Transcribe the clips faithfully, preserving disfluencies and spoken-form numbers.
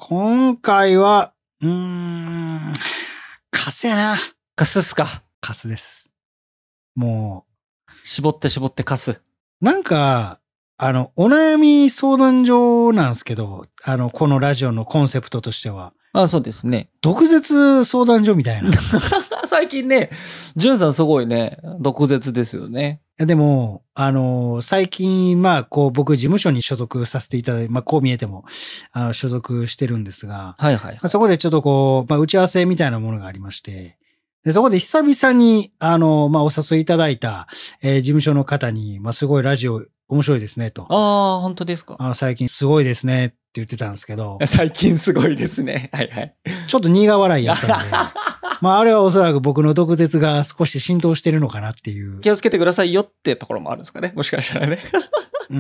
今回は、うーん、カスやな。 カスっすか。 カスです。もう、絞って絞ってカス。 なんか、あの、お悩み相談所なんですけど、あの、このラジオのコンセプトとしては。 あ、そうですね。 毒舌相談所みたいな。 最近ね、ジュンさんすごいね、毒舌ですよね。 でも、あの、最近、まあ、こう、僕、事務所に所属させていただいて、まあ、こう見えても、あの、所属してるんですが、 はいはい、はい。 そこでちょっとこう、まあ、打ち合わせみたいなものがありまして、で、そこで久々に、あの、まあ、お誘いいただいた、えー、事務所の方に、まあ、すごいラジオ面白いですね、と。 ああ、本当ですか。 あの、最近すごいですね、って言ってたんですけど。 最近すごいですね。はいはい。 ちょっと苦笑いやったんで。まあ、あれはおそらく僕の毒舌が少し浸透してるのかなっていう。 気をつけてくださいよってところもあるんですかね。もしかしたらね。 うん。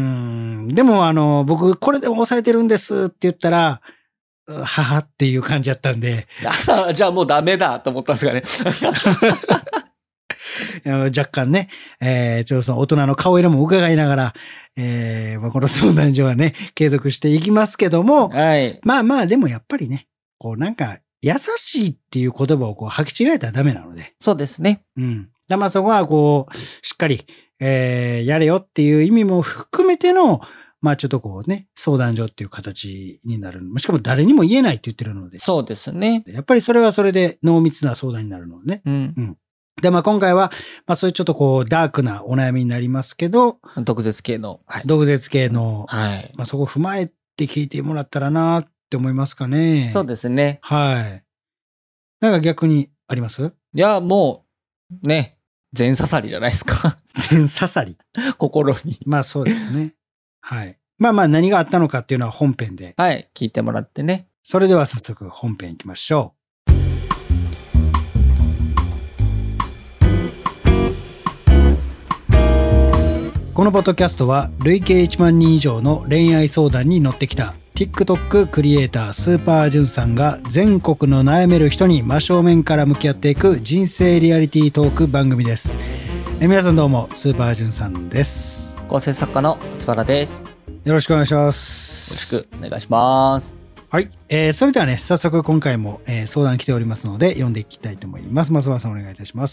でも、あの、僕、これでも抑えてるんですって言ったら、ははっていう感じだったんで。 じゃあもうダメだと思ったんですかね。 若干ね、えー、ちょっとその大人の顔色も伺いながら、えー、まあ、この相談所はね、継続していきますけども、 はい。 まあまあ、でもやっぱりね、こうなんか、優しいっていう言葉をこう履き違えたらダメなので。 そうですね。 うん。だまあそこはこう、しっかり、えー、やれよっていう意味も含めての、まあちょっとこうね、相談所っていう形になる。しかも誰にも言えないって言ってるので。 そうですね。 やっぱりそれはそれで濃密な相談になるのでね。 うん。 うん。で、まあ今回は、まあそういうちょっとこう、ダークなお悩みになりますけど、 毒舌系の。 はい、毒舌系の、 はい。 まあそこを踏まえて聞いてもらったらなって思いますかね。 そうですね。 はい。なんか逆にあります？ いや、もう、ね、全刺さりじゃないですか。 全刺さり。 心に。 まあそうですね。はい。まあまあ何があったのかっていうのは本編で。 はい。聞いてもらってね。 それでは早速本編行きましょう。このポッドキャストは累計いちまんにん以上の恋愛相談に乗ってきた TikTok クリエイタースーパージュンさんが全国の悩める人に真正面から向き合っていく人生リアリティートーク番組です。え皆さんどうも、スーパージュンさんです。 構成作家のつばらです。 よろしくお願いします。 よろしくお願いします。 はい、えー、それではね、早速今回も、えー、相談来ておりますので読んでいきたいと思います。松原さんお願いいたします。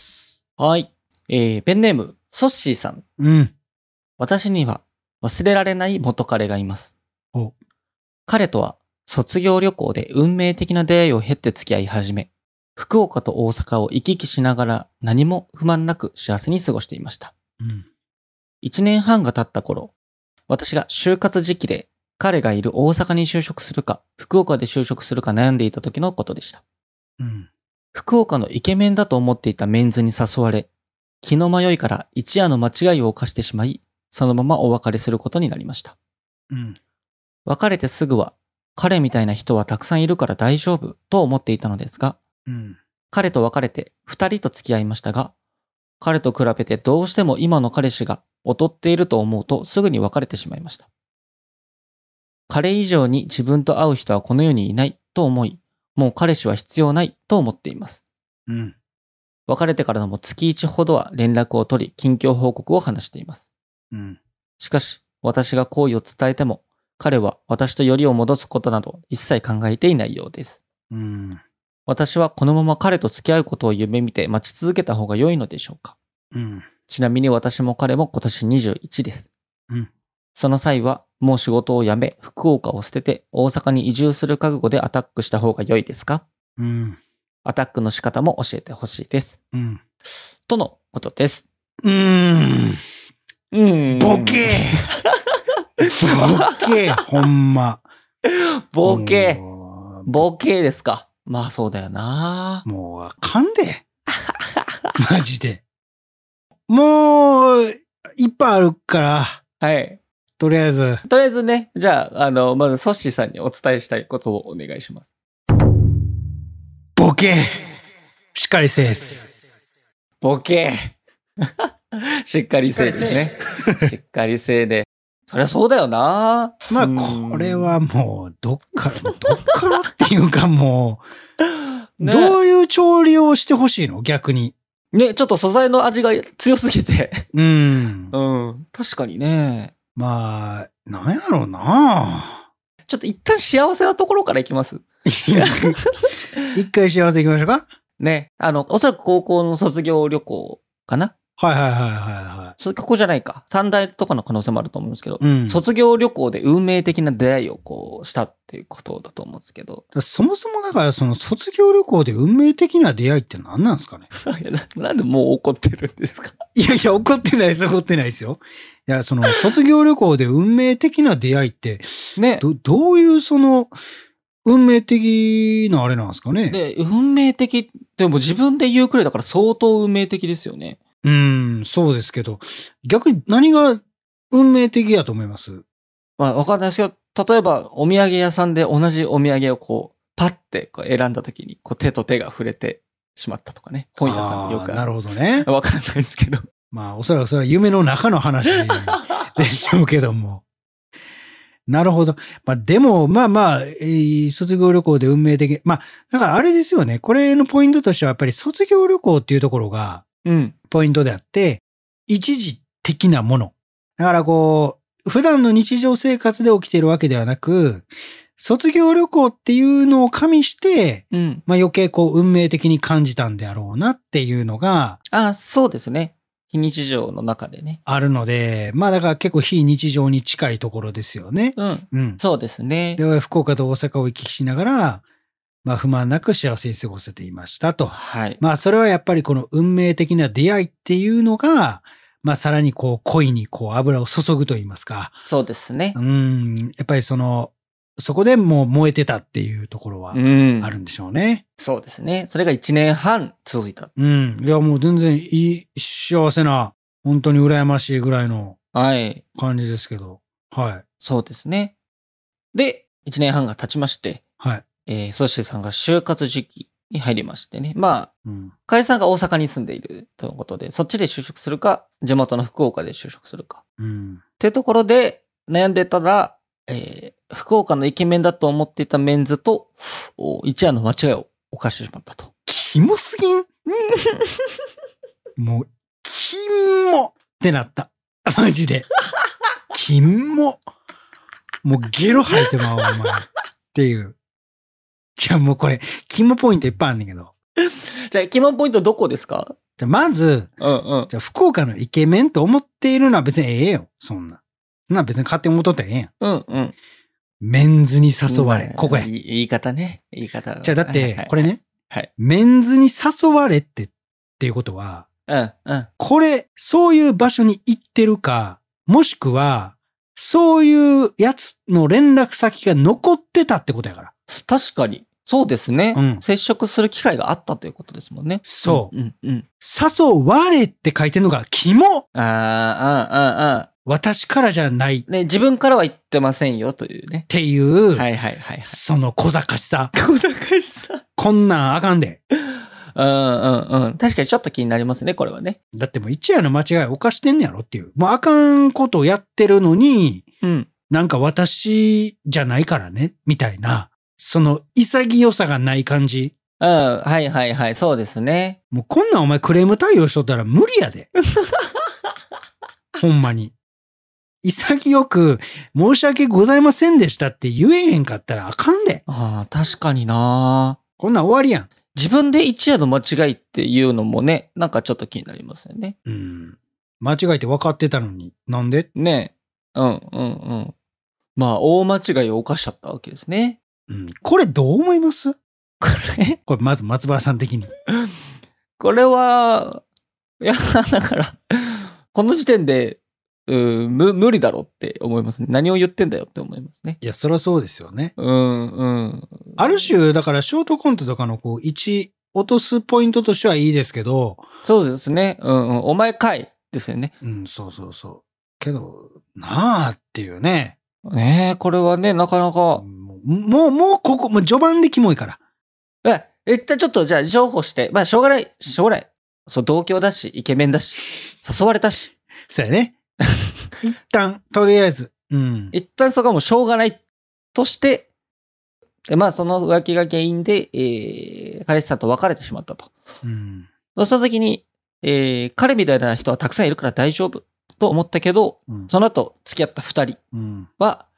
はい、えー、ペンネームソッシーさん。 うん。 私には忘れられない元彼がいます。 お彼とは卒業旅行で運命的な出会いを経て付き合い始め、福岡と大阪を行き来しながら何も不満なく幸せに過ごしていました。 うん、 いちねんはんが経った頃、私が就活時期で彼がいる大阪に就職するか、福岡で就職するか悩んでいた時のことでした。 うん、 福岡のイケメンだと思っていたメンズに誘われ、気の迷いから一夜の間違いを犯してしまい、そのままお別れすることになりました。 うん、 別れてすぐは、彼みたいな人はたくさんいるから大丈夫と思っていたのですが、 うん、 彼と別れて二人と付き合いましたが、彼と比べてどうしても今の彼氏が劣っていると思うとすぐに別れてしまいました。彼以上に自分と会う人はこの世にいないと思い、もう彼氏は必要ないと思っています。 うん、 別れてからも月いちほどは連絡を取り、近況報告を話しています。 うん、 しかし、私が好意を伝えても、彼は私とよりを戻すことなど一切考えていないようです。 うん、 私はこのまま彼と付き合うことを夢見て待ち続けた方が良いのでしょうか。 うん、 ちなみに私も彼も今年にじゅういちです。 うん、 その際はもう仕事を辞め福岡を捨てて大阪に移住する覚悟でアタックした方が良いですか？ うん、 アタックの仕方も教えてほしいです。 うん、 とのことです。 うーん、 うーん。 ボケボケほんま。 ボケボケですか。まあそうだよな。 もうあかんで。マジで。もう、いっぱいあるから。 はい。 とりあえず。 とりあえずね、じゃあ、あの、まずソッシーさんにお伝えしたいことをお願いします。 ボケしっかりせえす。 ボケしっかりせいですね。しっかりせいで。そりゃそうだよな。 まあ、これはもう、どっから、どっからっていうかもう、ね、どういう調理をしてほしいの逆に。 ね、ちょっと素材の味が強すぎて。 うん。 うん。確かにね。 まあ、なんやろうな。 ちょっと一旦幸せなところからいきます。 一回幸せいきましょうか。 ね。あの、おそらく高校の卒業旅行かな。 はいはいはいはいはい。 そここじゃないか。短大とかの可能性もあると思うんですけど、 うん、 卒業旅行で運命的な出会いをこうしたっていうことだと思うんですけど。 そもそもだからその卒業旅行で運命的な出会いって何なんですかね。 な, なんでもう怒ってるんですか。 いやいや、怒ってないです、怒ってないですよ。いや、その卒業旅行で運命的な出会いって、ね、ど、どういうその、運命的なあれなんですかね。 で、運命的、でも自分で言うくらいだから相当運命的ですよね。 うん、そうですけど、逆に何が運命的やと思います？ まあ、わかんないですけど、例えばお土産屋さんで同じお土産をこう、パッてこう選んだ時に、こう手と手が触れてしまったとかね。本屋さんでよくある。 なるほどね。 わかんないですけど。 まあ、おそらくそれは夢の中の話でしょうけども。なるほど。まあ、でも、まあまあ、えー、卒業旅行で運命的。まあ、だからあれですよね。これのポイントとしては、やっぱり卒業旅行っていうところが、 うん。 ポイントであって、一時的なもの。だからこう、普段の日常生活で起きているわけではなく、卒業旅行っていうのを加味して、うん、まあ余計こう運命的に感じたんであろうなっていうのが、 あ、そうですね。非日常の中でね。 あるので、まあだから結構非日常に近いところですよね。 うん。うん。そうですね。 で、福岡と大阪を行き来しながら、まあ不満なく幸せに過ごせていましたと。 はい。 まあそれはやっぱりこの運命的な出会いっていうのが、まあさらにこう恋にこう油を注ぐと言いますか。 そうですね。 うん。やっぱりその、そこでもう燃えてたっていうところはあるんでしょうね。 うん、そうですね。それがいちねんはん続いた。 うん。いやもう全然いい、幸せな、本当に羨ましいぐらいの感じですけど。はい。はい、 そうですね。で、いちねんはんが経ちまして、 はい。 えー、ソシさんが就活時期に入りましてね。まあ、 うん、 カエルさんが大阪に住んでいるということで、そっちで就職するか、地元の福岡で就職するか。 うん。 っていうところで悩んでたら、えー、福岡のイケメンだと思っていたメンズと、一夜の間違いを犯してしまったと。 キモすぎんもう、キモってなった。マジで。キモ。もうゲロ吐いてまう、お前。っていう。じゃあもうこれ、キモポイントいっぱいあんねんけど。 じゃあ、キモポイントどこですか？ じゃあまず、 うんうん、 じゃあ福岡のイケメンと思っているのは別にええよ。そんな。そんな別に勝手に思っとったらええやん。 うんうん。 メンズに誘われ。ここや。 言い方ね。言い方。 じゃあだって、これね。 はい。 メンズに誘われってっていうことは、 うんうん。 これ、そういう場所に行ってるか、もしくは、そういうやつの連絡先が残ってたってことやから。 確かに。そうですね、 うん。 接触する機会があったということですもんね。 そう。 うんうんうん、 誘われって書いてんのがキモ。 ああ、ああ、ああ。 私からじゃない。 ね、自分からは言ってませんよというね。 っていう。 はいはいはい、はい。 その小賢しさ。 小賢しさ。 こんなんあかんで。 うんうんうん。確かにちょっと気になりますね、これはね。 だってもう一夜の間違いを犯してんねやろっていう。もうあかんことをやってるのに、うん、なんか私じゃないからね、みたいな。その潔さがない感じ。 うん、はいはいはい、そうですね。 もうこんなんお前クレーム対応しとったら無理やで。ほんまに。潔く申し訳ございませんでしたって言えへんかったらあかんで。 ああ、確かにな。 こんなん終わりやん。 自分で一夜の間違いっていうのもね、なんかちょっと気になりますよね。 うん。間違いって分かってたのに。なんで？ ねえ。うんうんうん。まあ、大間違いを犯しちゃったわけですね。 うん。これどう思います？ これこれまず松原さん的に。 これは、いや、だから、この時点で、う無無理だろって思いますね。何を言ってんだよって思いますね。 いや、そりゃそうですよね。 うんうん。 ある種、だからショートコントとかのこう、いち落とすポイントとしてはいいですけど。 そうですね。うんうん。お前かいですよね。 うん、そうそうそう。けど、なあっていうね。 ねえ、これはね、なかなか。もう、もう、ここ、もう序盤でキモいから。 え、一旦ちょっとじゃあ、譲歩して。まあ、しょうがない。しょうがない。そう、同郷だし、イケメンだし、誘われたし。 そうやね。一旦、とりあえず。うん。 一旦そこはもうしょうがないとして、まあ、その浮気が原因で、えー、彼氏さんと別れてしまったと。うん。そうした時に、えー、彼みたいな人はたくさんいるから大丈夫と思ったけど、うん、その後付き合った二人は、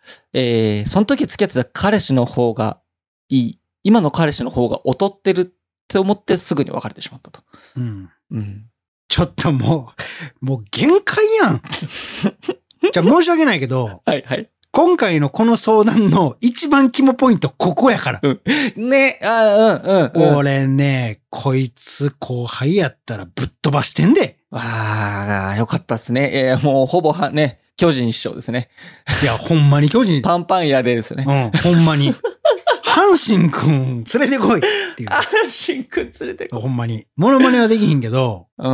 えー、その時付き合ってた彼氏の方がいい。今の彼氏の方が劣ってるって思ってすぐに別れてしまったと。 うん。 うん。 ちょっともう、もう限界やん。じゃあ申し訳ないけど、 はいはい。 今回のこの相談の一番肝ポイント、ここやから。 うん、ね、あうんうん、うん。 俺ね、こいつ後輩やったらぶっ飛ばしてんで。 わあ、よかったっすね。えー、もうほぼはね、巨人師匠ですね。 いや、ほんまに巨人。 パンパン屋でですよね。 うん、ほんまに。阪神くん連れてこいっていう。 阪神くん連れてこい。 ほんまに。モノマネはできひんけど。 うん、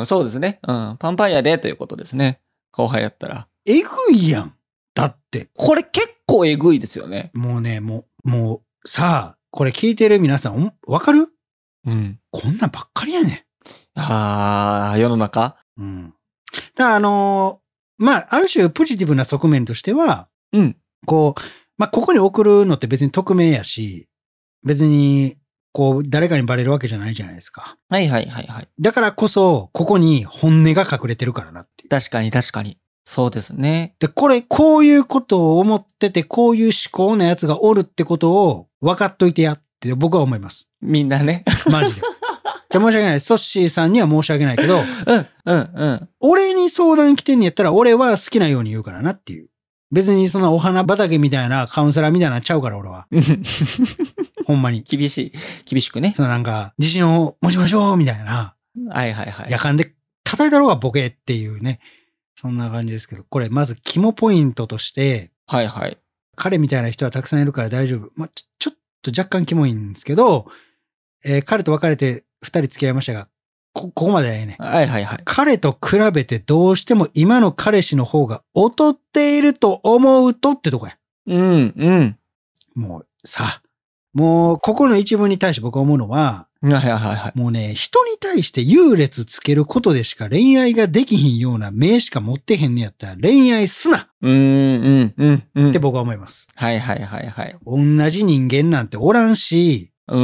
そうですね。うん。パンパン屋でということですね。後輩やったら。 えぐいやん。だって。 これ結構えぐいですよね。 もうね、もう、もう、さあ、これ聞いてる皆さん、わかる？ うん。 こんなんばっかりやねん。ああ、世の中？ うん。だからあのー、まあ、ある種ポジティブな側面としては、 うん。 こう、まあ、ここに送るのって別に匿名やし、別に、こう、誰かにバレるわけじゃないじゃないですか。 はいはいはいはい。 だからこそ、ここに本音が隠れてるからなっていう。 確かに確かに。そうですね。 で、これ、こういうことを思ってて、こういう思考のやつがおるってことを分かっといてやって僕は思います。 みんなね。 マジで。じゃあ申し訳ない。ソッシーさんには申し訳ないけど、 うん、うん、うん。 俺に相談来てんのやったら、俺は好きなように言うからなっていう。別にそのお花畑みたいなカウンセラーみたいなっちゃうから、俺は。ほんまに。 厳しい。厳しくね。 そのなんか、自信を持ちましょうみたいな。 はいはいはい。 夜間で叩いたろうがボケっていうね。そんな感じですけど、これまず肝ポイントとして、 はいはい。 彼みたいな人はたくさんいるから大丈夫。まあ、ちょ、ちょっと若干キモいんですけど、えー、彼と別れて二人付き合いましたが、こ、ここまではええね。 はいはいはい。 彼と比べてどうしても今の彼氏の方が劣っていると思うとってとこや。 うん、うん。 もうさ、もうここの一文に対して僕は思うのは、 はいはいはい。 もうね、人に対して優劣つけることでしか恋愛ができひんような名しか持ってへんねやったら恋愛すな。 うーん、うん、うん、うん。 って僕は思います。 はいはいはいはい。 同じ人間なんておらんし、 うん。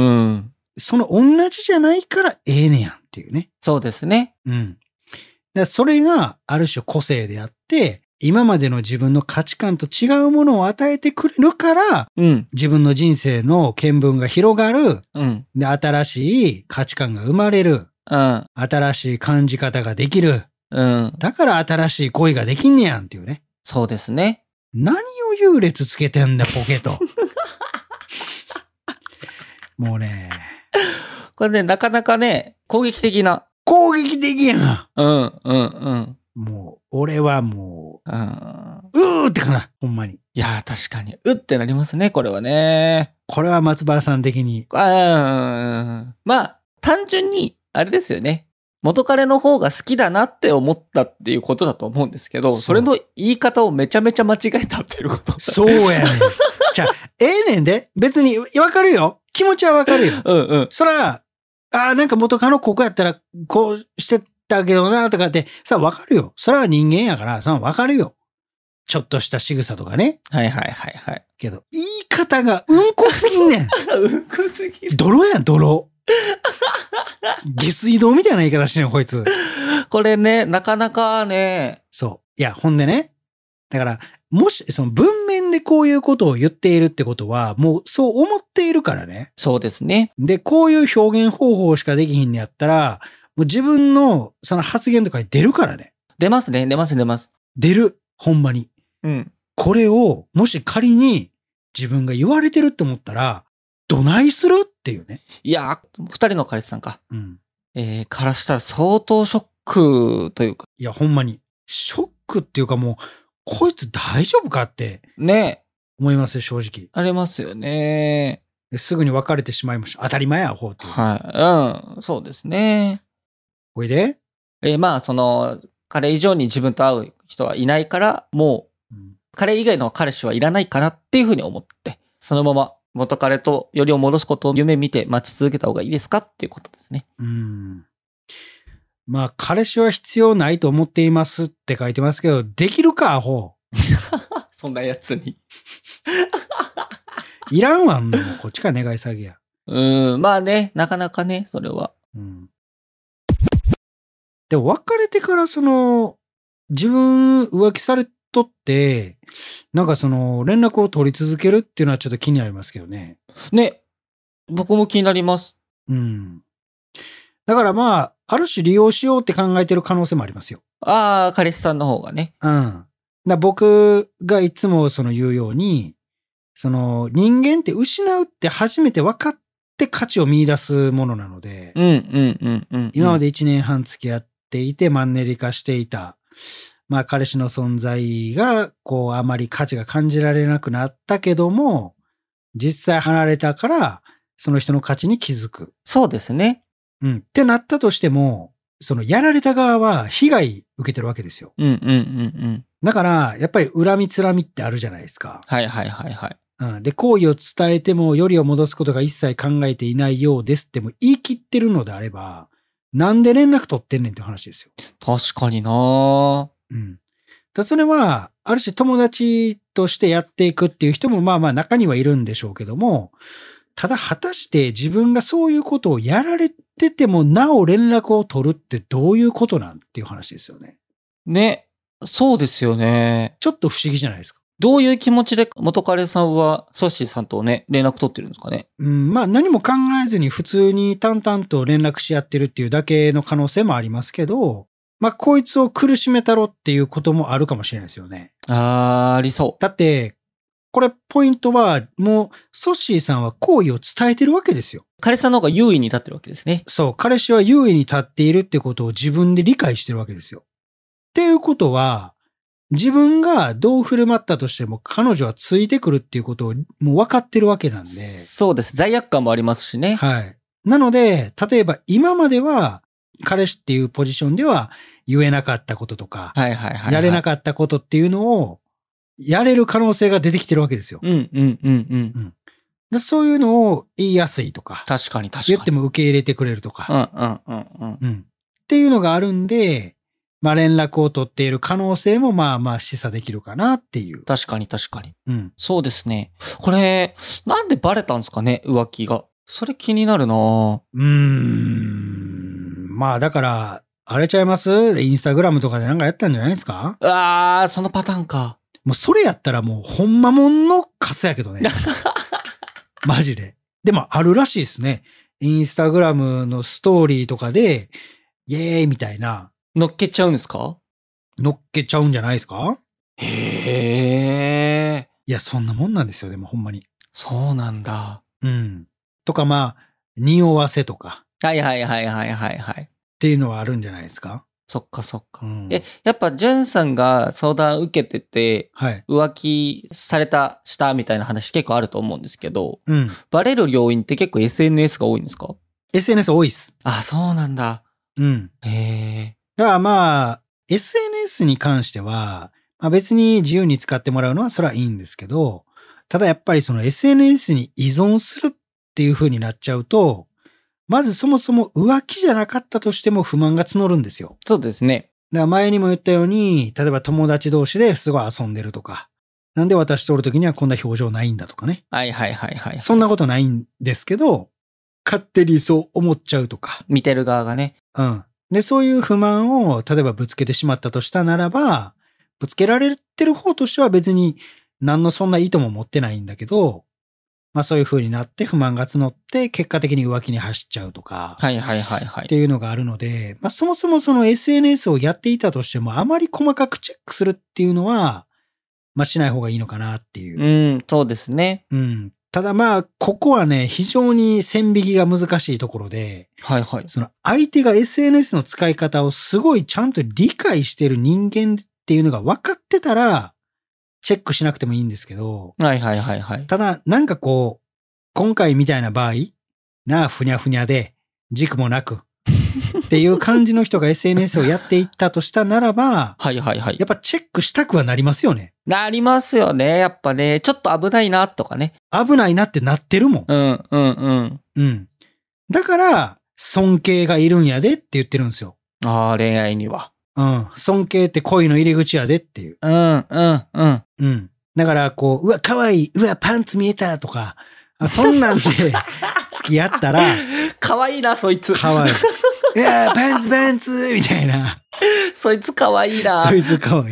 その同じじゃないからええねやんっていうね。 そうですね。 うん。だからそれがある種個性であって、今までの自分の価値観と違うものを与えてくれるから、 うん、 自分の人生の見聞が広がる。 うん、 で、新しい価値観が生まれる。 うん、 新しい感じ方ができる。 うん。 だから新しい恋ができんねやんっていうね。 そうですね。 何を優劣つけてんだ、ポケと。もうね。 これね、なかなかね、攻撃的な。 攻撃的やん。 うん、うん、うん。 もう、俺はもう、うん、 うーってかな、ほんまに。 いやー、確かに。うってなりますね、これはね。 これは松原さん的に。 あまあ、単純に、あれですよね。元彼の方が好きだなって思ったっていうことだと思うんですけど、そ, それの言い方をめちゃめちゃ間違えたっていうこと。 そうやねん。じゃあ、ええねんで。別に、わかるよ。気持ちはわかるよ。 うんうん。 そら、ああ、なんか元カノここやったら、こうしてたけどな、とかって、さ、わかるよ。それは人間やから、さ、わかるよ。ちょっとした仕草とかね。 はいはいはいはい。 けど、言い方がうんこすぎんねん。 うんこすぎる。 泥やん、泥。下水道みたいな言い方してんの、こいつ。 これね、なかなかね。 そう。いや、ほんでね。だから、もし、その文面でこういうことを言っているってことは、もうそう思っているからね。 そうですね。 で、こういう表現方法しかできひんのやったら、もう自分のその発言とかに出るからね。 出ますね、出ます出ます。 出る。ほんまに。 うん。 これを、もし仮に自分が言われてるって思ったら、どないするっていうね。 いやー、二人の彼氏さんか。 うん。 えー、からしたら相当ショックというか。 いや、ほんまに。ショックっていうかもう、こいつ大丈夫かって。 ね。 思いますよ、正直。 ありますよね。 すぐに別れてしまいました。当たり前や、ほうって。 はい。うん。そうですね。 ほいでえー、まあ、その、彼以上に自分と会う人はいないから、もう、うん、彼以外の彼氏はいらないかなっていうふうに思って、そのまま元彼とよりを戻すことを夢見て待ち続けた方がいいですかっていうことですね。 うん。まあ、彼氏は必要ないと思っていますって書いてますけど、できるか、アホ。 そんなやつに。 いらんわ、んのこっちから願い下げや。 うん、まあね、なかなかね、それは。 うん。でも別れてからその、自分浮気されとって、なんかその連絡を取り続けるっていうのはちょっと気になりますけどね。 ね。僕も気になります。 うん。だからまあ、ある種利用しようって考えてる可能性もありますよ。 ああ、彼氏さんの方がね。 うん。だ僕がいつもその言うように、その人間って失うって初めて分かって価値を見出すものなので、 うんうんうんうん、うん。 今までいちねんはん付き合っていてマンネリ化していた、まあ彼氏の存在がこうあまり価値が感じられなくなったけども、実際離れたからその人の価値に気づく。 そうですね。 うん。ってなったとしても、そのやられた側は被害受けてるわけですよ。 うんうんうんうん。 だから、やっぱり恨みつらみってあるじゃないですか。 はいはいはいはい。 うん。で、好意を伝えても、よりを戻すことが一切考えていないようですっても言い切ってるのであれば、なんで連絡取ってんねんって話ですよ。 確かになぁ。 うん。だそれは、ある種友達としてやっていくっていう人もまあまあ中にはいるんでしょうけども、ただ果たして自分がそういうことをやられててもなお連絡を取るってどういうことなんっていう話ですよね。 ね。そうですよね。 ちょっと不思議じゃないですか。 どういう気持ちで元彼さんはソッシーさんとね、連絡取ってるんですかね。 うん、まあ何も考えずに普通に淡々と連絡し合ってるっていうだけの可能性もありますけど、まあこいつを苦しめたろっていうこともあるかもしれないですよね。 あー、ありそう。 だって、これポイントはもうソッシーさんは好意を伝えてるわけですよ。 彼さんの方が優位に立ってるわけですね。 そう、彼氏は優位に立っているってことを自分で理解してるわけですよ。っていうことは、自分がどう振る舞ったとしても彼女はついてくるっていうことをもう分かってるわけなんで。 そうです。罪悪感もありますしね。 はい。なので、例えば今までは彼氏っていうポジションでは言えなかったこととか、 はいはいはい、はい。 やれなかったことっていうのをやれる可能性が出てきてるわけですよ。 うんうんうんうん。 うんでそういうのを言いやすいとか。 確かに確かに。 言っても受け入れてくれるとか。 うんうんうんうん。 うん。っていうのがあるんで、まあ連絡を取っている可能性もまあまあ示唆できるかなっていう。 確かに確かに。 うん。 そうですね。これ、なんでバレたんですかね、浮気が。それ気になるなぁ。 うーん。まあだから、あれちゃいますインスタグラムとかでなんかやったんじゃないですか？ あー、そのパターンか。 もうそれやったらもうほんまもんのカスやけどね。マジで。でもあるらしいですね。インスタグラムのストーリーとかで、イエーイみたいな。 乗っけちゃうんですか？ 乗っけちゃうんじゃないですか？ へー。 いや、そんなもんなんですよ、でもほんまに。 そうなんだ。 うん。とかまあ、匂わせとか。 はいはいはいはいはいはい。 っていうのはあるんじゃないですか？ そっかそっか。 うん、 え、やっぱジュンさんが相談受けてて、 はい、 浮気された、したみたいな話結構あると思うんですけど、 うん。 バレる要因って結構 エスエヌエス が多いんですか？ エスエヌエス 多いっす。 あ、そうなんだ。 うん。 へだからまあ、エスエヌエス に関しては、まあ、別に自由に使ってもらうのはそれはいいんですけど、ただやっぱりその エスエヌエス に依存するっていう風になっちゃうと、まずそもそも浮気じゃなかったとしても不満が募るんですよ。 そうですね。 だから前にも言ったように、例えば友達同士ですごい遊んでるとか、なんで私とおるときにはこんな表情ないんだとかね。 はいはいはいはい、はい。 そんなことないんですけど、勝手にそう思っちゃうとか。 見てる側がね。 うん。で、そういう不満を例えばぶつけてしまったとしたならば、ぶつけられてる方としては別に何のそんな意図も持ってないんだけど、まあそういう風になって不満が募って結果的に浮気に走っちゃうとか。 はいはいはいはい。 っていうのがあるので、まあそもそもその エスエヌエス をやっていたとしてもあまり細かくチェックするっていうのは、まあしない方がいいのかなっていう。 うん、そうですね。 うん。ただまあ、ここはね、非常に線引きが難しいところで、 はいはい。 その相手が エスエヌエス の使い方をすごいちゃんと理解してる人間っていうのが分かってたら、チェックしなくてもいいんですけど、 はいはいはいはい。 ただ、なんかこう、今回みたいな場合、なあ、ふにゃふにゃで、軸もなく、っていう感じの人が エスエヌエス をやっていったとしたならば、 はいはいはい。 やっぱチェックしたくはなりますよね。 なりますよね。やっぱね、ちょっと危ないなとかね。 危ないなってなってるもん。 うんうんうん。 うん。だから、尊敬がいるんやでって言ってるんですよ。 ああ、恋愛には。 うん。尊敬って恋の入り口やでっていう。 うんうんうん。 うん。だから、こう、うわ、可愛い、うわ、パンツ見えたとか、あそんなんで付き合ったら、 可愛いな、そいつ。 可愛い。いや、パンツパンツみたいな。 そいつ可愛いな。 そいつ可愛い。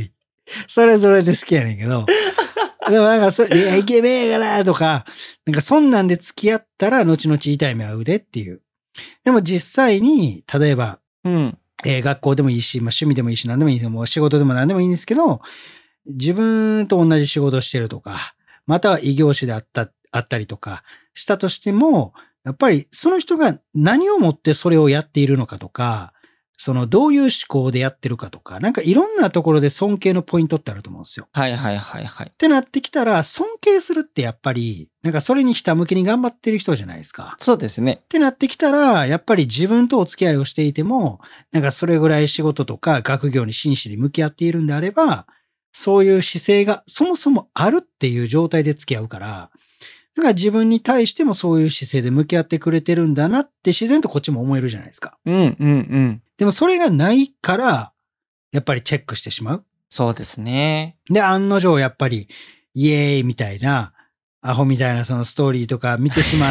それぞれで好きやねんけど。でもなんかそ、いや、イケメンやからとか、なんかそんなんで付き合ったら後々痛い目合うでっていう。でも実際に、例えば、 うん。 えー学校でもいいし、まあ、趣味でもいいし、何でもいいんですよ。もう仕事でも何でもいいんですけど、自分と同じ仕事をしてるとか、または異業種であった、あったりとかしたとしても、やっぱりその人が何をもってそれをやっているのかとか、そのどういう思考でやってるかとか、なんかいろんなところで尊敬のポイントってあると思うんですよ。 はいはいはいはいっ。てなってきたら、尊敬するってやっぱり、なんかそれにひたむきに頑張ってる人じゃないですか。 そうですね。 ってなってきたら、やっぱり自分とお付き合いをしていても、なんかそれぐらい仕事とか学業に真摯に向き合っているんであれば、そういう姿勢がそもそもあるっていう状態で付き合うから、だから自分に対してもそういう姿勢で向き合ってくれてるんだなって自然とこっちも思えるじゃないですか。 うんうんうん。 でもそれがないから、やっぱりチェックしてしまう。 そうですね。 で、案の定やっぱり、イエーイみたいな、アホみたいなそのストーリーとか見てしまって、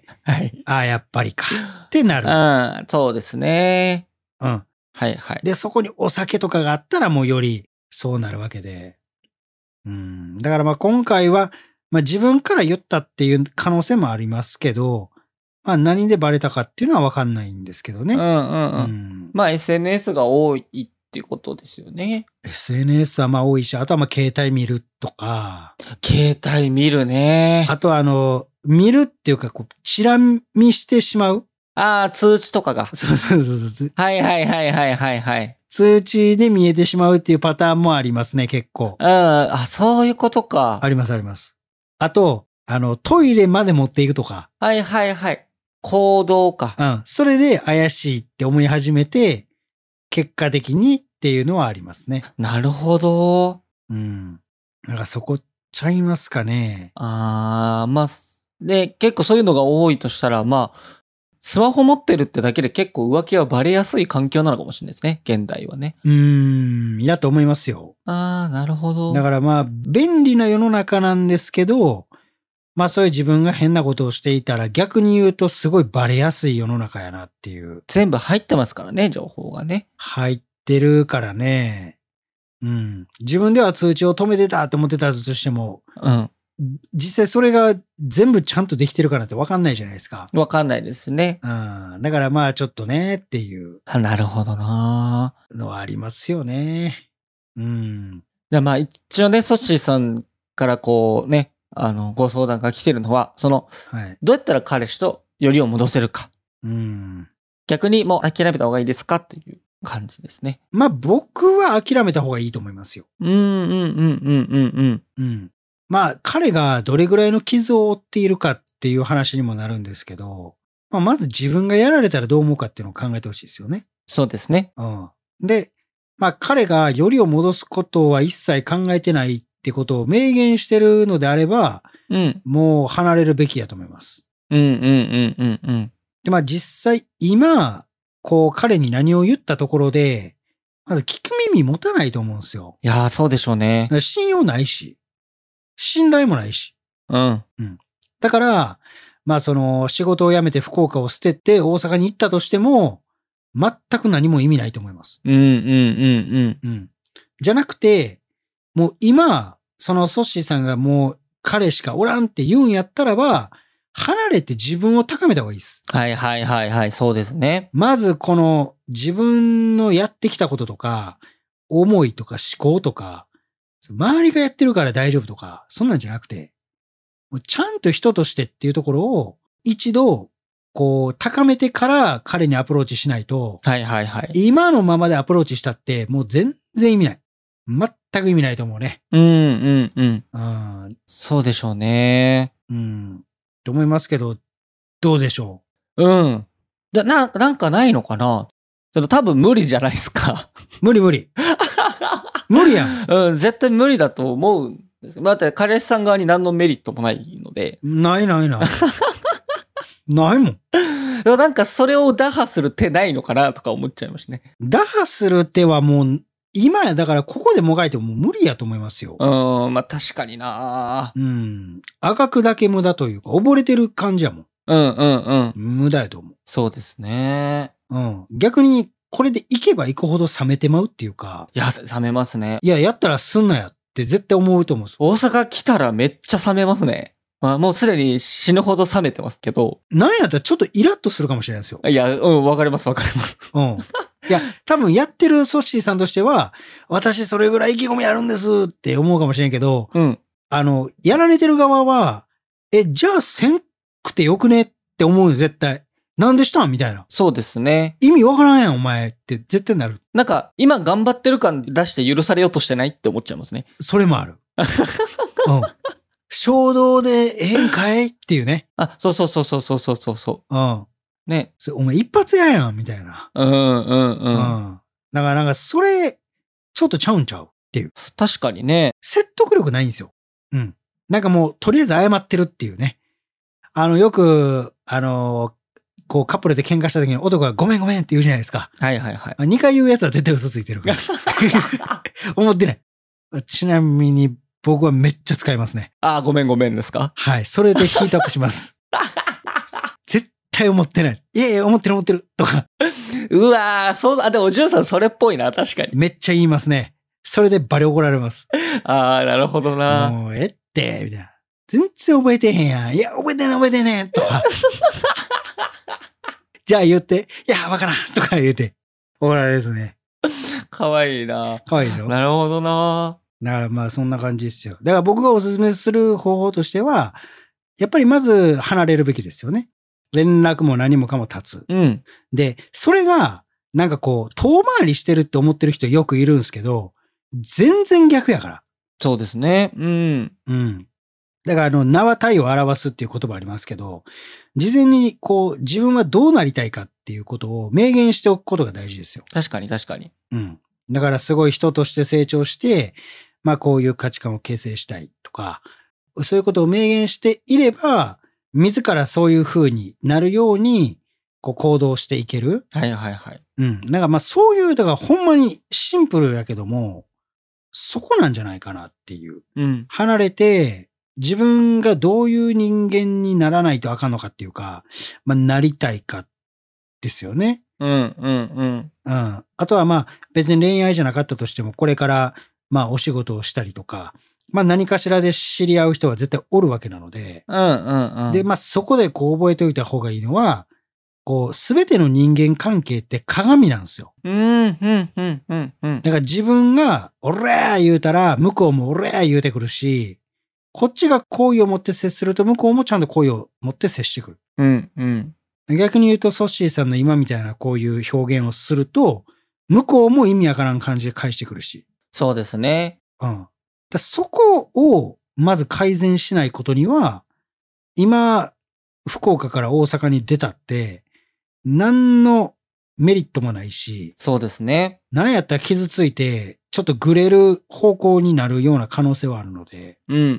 はい。 ああ、やっぱりかってなる。 うん、そうですね。 うん。 はいはい。 で、そこにお酒とかがあったらもうよりそうなるわけで。うん。だからまあ今回は、まあ自分から言ったっていう可能性もありますけど、まあ何でバレたかっていうのはわかんないんですけどね。 うんうんう。 うんん。 まあ エスエヌエス が多いっていうことですよね。 エスエヌエス はまあ多いし、あとはまあ携帯見るとか、 携帯見るね。 あとはあの、見るっていうか、こう、チラ見してしまう。 ああ、通知とかが。 そうそうそうそう。 はいはいはいはいはいはい。 通知で見えてしまうっていうパターンもありますね、結構。 うん、あ、そういうことか。 ありますあります。あと、あの、トイレまで持っていくとか。 はいはいはい。行動か。 うん。それで怪しいって思い始めて、結果的にっていうのはありますね。 なるほど。 うん。なんかそこちゃいますかね。 ああ、まあ、で、結構そういうのが多いとしたら、まあ、スマホ持ってるってだけで結構浮気はバレやすい環境なのかもしれないですね。現代はね。 うーん。いやと思いますよ。 ああ、なるほど。 だからまあ、便利な世の中なんですけど、まあそういう自分が変なことをしていたら逆に言うとすごいバレやすい世の中やなっていう。 全部入ってますからね、情報がね。 入ってるからね。うん。自分では通知を止めてたって思ってたとしても、 うん。 実際それが全部ちゃんとできてるかなんてわかんないじゃないですか。 わかんないですね。 うん。だからまあちょっとねっていうあ、なるほどな。 のはありますよね。うん。 じゃあまあ一応ね、ソッシーさんからこうね、あの、ご相談が来てるのは、その、 はい。 どうやったら彼氏とよりを戻せるか。 うん。 逆にもう諦めた方がいいですかっていう感じですね。 まあ僕は諦めた方がいいと思いますよ。 うんうんうんうんうんうん。 うん。まあ、彼がどれぐらいの傷を負っているかっていう話にもなるんですけど、まあ、まず自分がやられたらどう思うかっていうのを考えてほしいですよね。 そうですね。 うん。で、まあ、彼がよりを戻すことは一切考えてないってことを明言してるのであれば、 うん。 もう離れるべきやと思います。 うんうんうんうんうん。 で、まあ実際今、こう彼に何を言ったところで、まず聞く耳持たないと思うんですよ。 いやー、そうでしょうねだか。ら信用ないし、信頼もないし。 うん。 だから、まあその仕事を辞めて福岡を捨てて大阪に行ったとしても、全く何も意味ないと思います。 うんうんうんうん。 うん。じゃなくて、もう今、そのソッシーさんがもう彼しかおらんって言うんやったらば、離れて自分を高めた方がいいです。 はいはいはいはい、そうですね。 まずこの自分のやってきたこととか、思いとか思考とか、周りがやってるから大丈夫とか、そんなんじゃなくて、もうちゃんと人としてっていうところを一度、こう、高めてから彼にアプローチしないと、 はいはいはい。 今のままでアプローチしたってもう全然意味ない。全く意味ないと思うね。 うんうんうん。 うん。 そうでしょうね。 うん。と思いますけど、どうでしょうん。だな、なんかないのかな。その多分無理じゃないですか。 う。無理無理。無理やん。 うん、絶対無理だと思うんです。だって彼氏さん側に何のメリットもないので。 ないないない。ないもん。 でもなんかそれを打破する手ないのかなとか思っちゃいましたね。 打破する手はもう、今や、だからここでもがいてももう無理やと思いますよ。 うん、まあ確かにな。 うん。赤くだけ無駄というか、溺れてる感じやもん。 うんうんうん。 無駄やと思う。 そうですね。 うん。逆にこれで行けば行くほど冷めてまうっていうか。 いや、冷めますね。 いや、やったらすんなやって絶対思うと思うんですよ。 大阪来たらめっちゃ冷めますね。まあ、もうすでに死ぬほど冷めてますけど。 なんやったらちょっとイラッとするかもしれないですよ。 いや、うん、わかりますわかります。 うん。いや、多分やってるソッシーさんとしては、私それぐらい意気込みあるんですって思うかもしれんけど、 うん。 あの、やられてる側は、え、じゃあせんくてよくねって思うよ、絶対。なんでしたんみたいな。 そうですね。 意味わからんやん、お前って絶対なる。 なんか、今頑張ってる感出して許されようとしてないって思っちゃいますね。 それもある。うん。衝動でええんかいっていうね。 あ、そうそうそうそうそうそうそう。 うん。 ね。 それお前一発ややん、みたいな。 うんうんうん。 うん。だからなんか、それ、ちょっとちゃうんちゃうっていう。 確かにね。 説得力ないんですよ。うん。なんかもう、とりあえず謝ってるっていうね。あの、よく、あの、こうカップルで喧嘩した時に男がごめんごめんって言うじゃないですか。 はいはいはい。 にかい言うやつは絶対嘘ついてるから。思ってない。ちなみに僕はめっちゃ使いますね。 ああ、ごめんごめんですか？ はい。それでヒートアップします。絶対思ってない。いやいや、思ってる思ってる。とか。 うわー、そうだ。でも、ジュンさんそれっぽいな、確かに。 めっちゃ言いますね。それでバリ怒られます。 ああ、なるほどな。 もう、えって、みたいな。全然覚えてへんやん。いや、覚えてんねん覚えてんねん。とか。じゃあ言って、いや、わからん。とか言って。怒られるですね。 かわいいな。 かわいいでしょ？ なるほどな。 だからまあそんな感じですよ。だから僕がおすすめする方法としては、やっぱりまず離れるべきですよね。連絡も何もかも立つ。 うん。 で、それが、なんかこう、遠回りしてるって思ってる人よくいるんですけど、全然逆やから。 そうですね。うん。 うん。だからあの、名は体を表すっていう言葉ありますけど、事前にこう、自分はどうなりたいかっていうことを明言しておくことが大事ですよ。 確かに確かに。 うん。だからすごい人として成長して、まあこういう価値観を形成したいとか、そういうことを明言していれば、自らそういう風になるように、こう行動していける。 はいはいはい。 うん。なんかまあそういう、だからほんまにシンプルやけども、そこなんじゃないかなっていう。 うん。 離れて、自分がどういう人間にならないとあかんのかっていうか、まあなりたいかですよね。 うんうんうん。 うん。あとはまあ別に恋愛じゃなかったとしても、これからまあお仕事をしたりとか、まあ何かしらで知り合う人は絶対おるわけなので、 うんうんうん。 で、まあそこでこう覚えておいた方がいいのは、こうすべての人間関係って鏡なんですよ。 うんうんうんうんうん。 だから自分がおらー言うたら、向こうもおらー言うてくるし、こっちが好意を持って接すると向こうもちゃんと好意を持って接してくる。 うんうん。 逆に言うと、ソッシーさんの今みたいなこういう表現をすると、向こうも意味わからん感じで返してくるし。 そうですね。 うん。だそこをまず改善しないことには、今、福岡から大阪に出たって、何のメリットもないし、 そうですね。 なんやったら傷ついて、ちょっとグレる方向になるような可能性はあるので、 うんうんうん。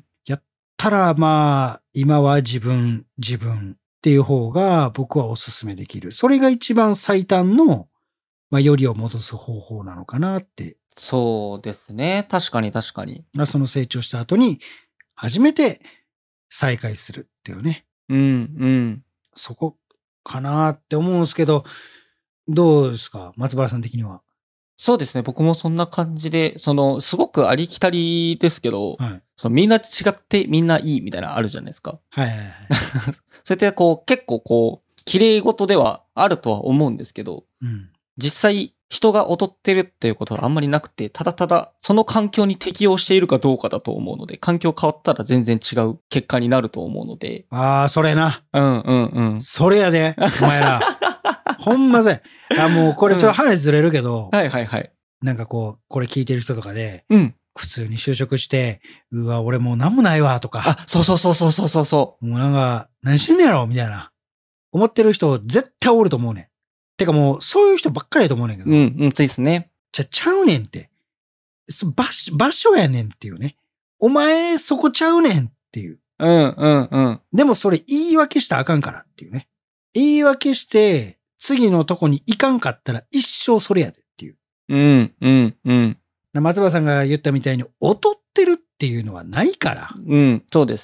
ただまあ、今は自分、自分っていう方が僕はお勧めできる。それが一番最短の、まあ、よりを戻す方法なのかなって。 そうですね。確かに確かに。 まあ、その成長した後に、初めて再会するっていうね。 うんうん。 そこかなって思うんですけど、どうですか松原さん的には。 そうですね。僕もそんな感じで、その、すごくありきたりですけど、 はい。 そのみんな違ってみんないいみたいなのあるじゃないですか。 はいはいはい。 そうやってこう、結構こう、綺麗事ではあるとは思うんですけど、 うん。 実際人が劣ってるっていうことはあんまりなくて、ただただその環境に適応しているかどうかだと思うので、環境変わったら全然違う結果になると思うので。 ああ、それな。 うんうんうん。 それやで、お前ら。ほんません。あ、もうこれちょっと話ずれるけど、 はいはいはい。 なんかこう、これ聞いてる人とかで、 うん。 普通に就職して、うわ、俺もう何もないわ、とか。 あ、そうそうそうそうそうそうそもうなんか、何してんねやろみたいな。思ってる人絶対おると思うねん。てかもう、そういう人ばっかりだと思うねんけど。 う。うん、うん、ですね。 じゃ、ちゃうねんって。場所、場所やねんっていうね。お前、そこちゃうねんっていう。 うんうんうん。 でもそれ言い訳したらあかんからっていうね。言い訳して、次のとこに行かんかったら一生それやでっていう。 うんうんうん。 松原さんが言ったみたいに、劣ってるっていうのはないから。 うん、そうですね。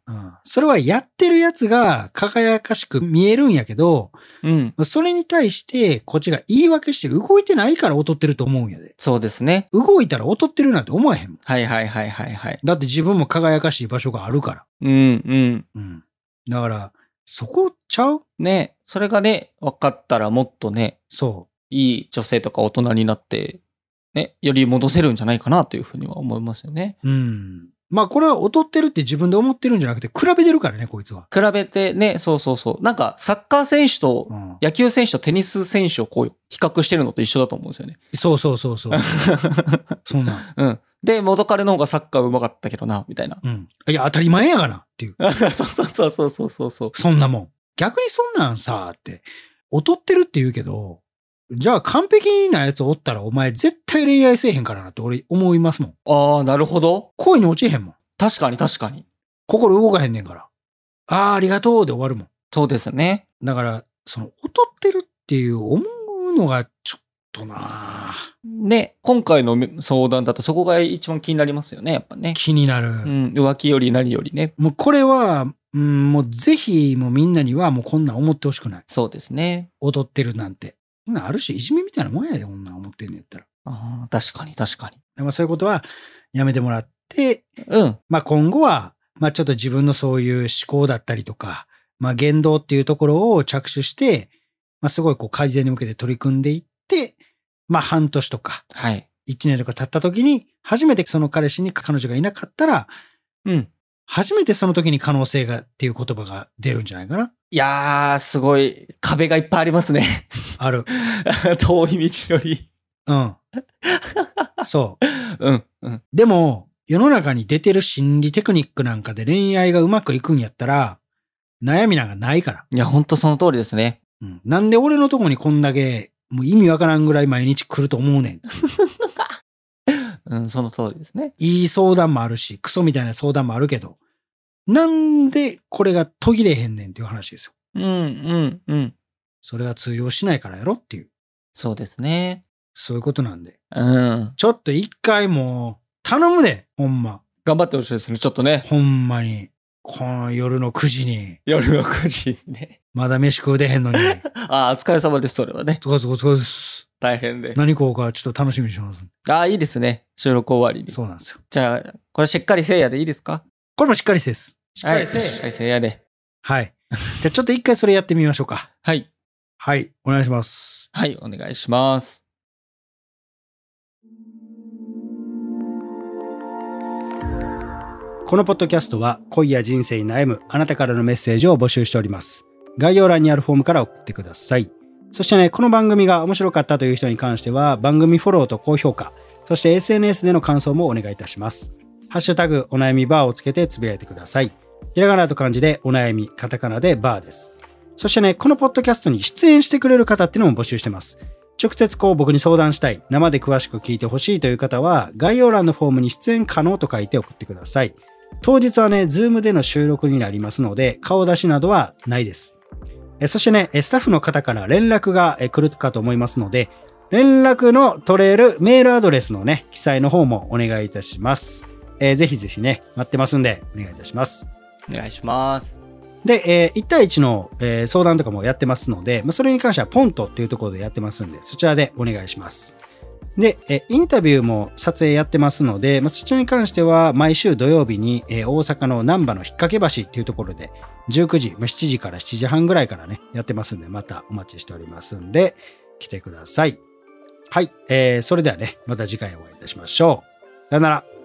うん。それはやってるやつが輝かしく見えるんやけど、 うん。 それに対してこっちが言い訳して動いてないから劣ってると思うんやで。 そうですね。 動いたら劣ってるなんて思えへんもん。 はいはいはいはいはい。 だって自分も輝かしい場所があるから。 うんうん。 うん。だから、そこちゃう？ ね、それがね、分かったらもっとね、 そいい女性とか大人になって、ね、より戻せるんじゃないかなというふうには思いますよね。 う。うん。まあこれは劣ってるって自分で思ってるんじゃなくて、比べてるからね、こいつは。 比べてね、そうそうそう。なんか、サッカー選手と、 うん野球選手とテニス選手をこう、比較してるのと一緒だと思うんですよね。 そうそうそうそう。そんなん。 うん。で、元彼の方がサッカー上手かったけどな、みたいな。 うん。いや、当たり前やがなっていう。 そうそうそうそうそうそうそう。 そんなもん。逆にそんなんさ、って、劣ってるって言うけど、じゃあ完璧なやつおったらお前絶対恋愛せえへんからなって俺思いますもん。 ああ、なるほど。 恋に落ちへんもん。 確かに確かに。 心動かへんねんから。ああ、ありがとうで終わるもん。 そうですね。 だから、その、劣ってるっていう思うのがちょっとなね、今回の相談だとそこが一番気になりますよね、やっぱね。 気になる。 うん、浮気より何よりね。 もうこれは、うん、もうぜひもうみんなにはもうこんなん思ってほしくない。 そうですね。 劣ってるなんて。そんなんある種いじめみたいなもんやで、こんなん思ってんねんやったら。 ああ、確かに確かに。 でもそういうことはやめてもらって、 うん。 まあ今後は、まあちょっと自分のそういう思考だったりとか、まあ言動っていうところを着手して、まあすごいこう改善に向けて取り組んでいって、まあ半年とか、 はい。 一年とか経った時に、初めてその彼氏に彼女がいなかったら、 うん。 初めてその時に可能性がっていう言葉が出るんじゃないかな。 いやー、すごい、壁がいっぱいありますね。 ある。 遠い道のり。 うん。そう。 うん、うん。 でも、世の中に出てる心理テクニックなんかで恋愛がうまくいくんやったら、悩みなんかないから。 いや、ほんとその通りですね。 うん。なんで俺のとこにこんだけ、もう意味わからんぐらい毎日来ると思うねん。 うん、その通りですね。 いい相談もあるし、クソみたいな相談もあるけど、なんでこれが途切れへんねんっていう話ですよ。 うん、うん、うん。 それは通用しないからやろっていう。 そうですね。 そういうことなんで。 うん。 ちょっと一回もう、頼むで、ほんま。 頑張ってほしいですね、ちょっとね。 ほんまに。この夜のくじに、 夜のくじにね。 まだ飯食うでへんのに。 ああ、お疲れ様です、それはね。 そこそこそこです。 大変で。 何こうかちょっと楽しみにします。 ああ、いいですね。収録終わりに。 そうなんですよ。 じゃあ、これしっかりせいやでいいですか？ これもしっかりせいです。 しっかりせいや。しっかりせいやで。 はい。じゃあちょっと一回それやってみましょうか。 はい。 はい。お願いします。 はい、お願いします。 このポッドキャストは恋や人生に悩むあなたからのメッセージを募集しております。概要欄にあるフォームから送ってください。そしてね、この番組が面白かったという人に関しては番組フォローと高評価、そして エスエヌエス での感想もお願いいたします。ハッシュタグお悩みバーをつけてつぶやいてください。ひらがなと漢字でお悩み、カタカナでバーです。そしてね、このポッドキャストに出演してくれる方っていうのも募集してます。直接こう僕に相談したい、生で詳しく聞いてほしいという方は概要欄のフォームに出演可能と書いて送ってください。当日はね、ズームでの収録になりますので、顔出しなどはないです。えそしてね、スタッフの方から連絡が来るかと思いますので、連絡の取れるメールアドレスのね、記載の方もお願いいたします。えー、ぜひぜひね、待ってますんで、お願いいたします。 お願いします。 で、えー、いち対いちの、えー、相談とかもやってますので、まあ、それに関してはポントっていうところでやってますんで、そちらでお願いします。で、えインタビューも撮影やってますので、まあ、そちらに関しては毎週土曜日に、えー、大阪の難波の引っ掛け橋っていうところでじゅうくじ、まあ、しちじからしちじはんぐらいからね、やってますんで、またお待ちしておりますんで、来てください。はい、えー、それではね、また次回お会いいたしましょう。さよなら。